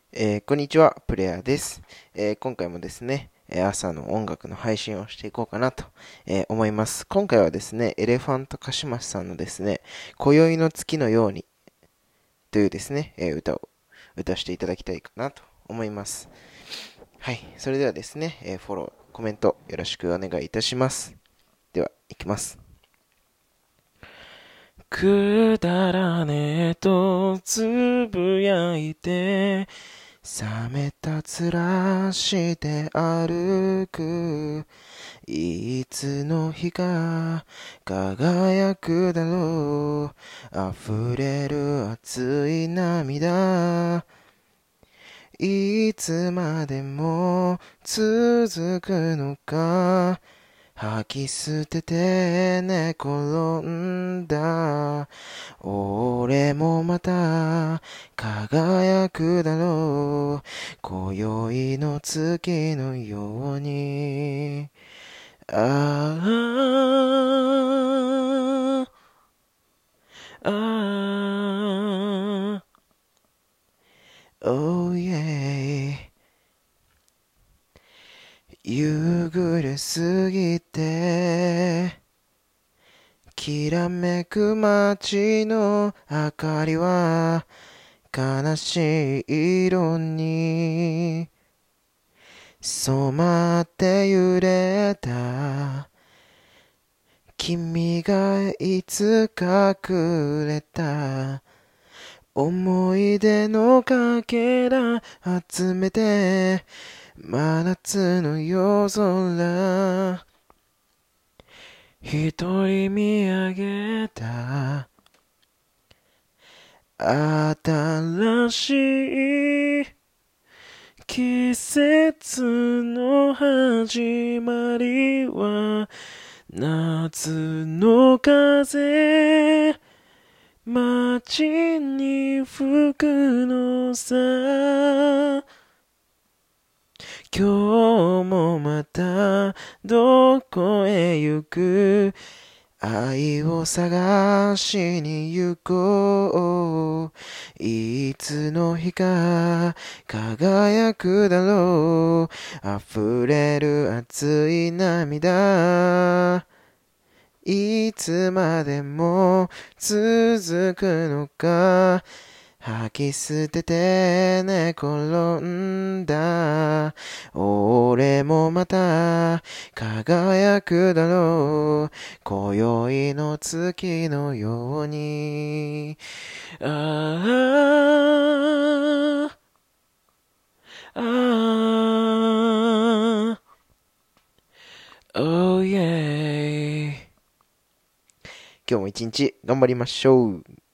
こんにちは、プレイヤーです。今回もですね、朝の音楽の配信をしていこうかなと、思います。今回はですね、エレファントカシマシさんのですね、今宵の月のようにというですね、歌を歌わせていただきたいかなと思います。はい、それではですね、フォロー、コメントよろしくお願いいたします。では、いきます。くだらねえとつぶやいて冷めた面して歩くいつの日か輝くだろう溢れる熱い涙いつまでも続くのか吐き捨てて寝転んだ俺もまた輝くだろう今宵の月のようにああああ Oh yeah 夕暮れすぎてきらめく街の明かりは悲しい色に染まって揺れた君がいつかくれた思い出のかけら集めて真夏の夜空一人見上げた新しい季節の始まりは夏の風街に吹くのさ今日もまたどこへ行く愛を探しに行こういつの日か輝くだろう溢れる熱い涙いつまでも続くのか吐き捨てて寝転んだ俺もまた輝くだろう今宵の月のようにああああ Oh yeah 今日も一日頑張りましょう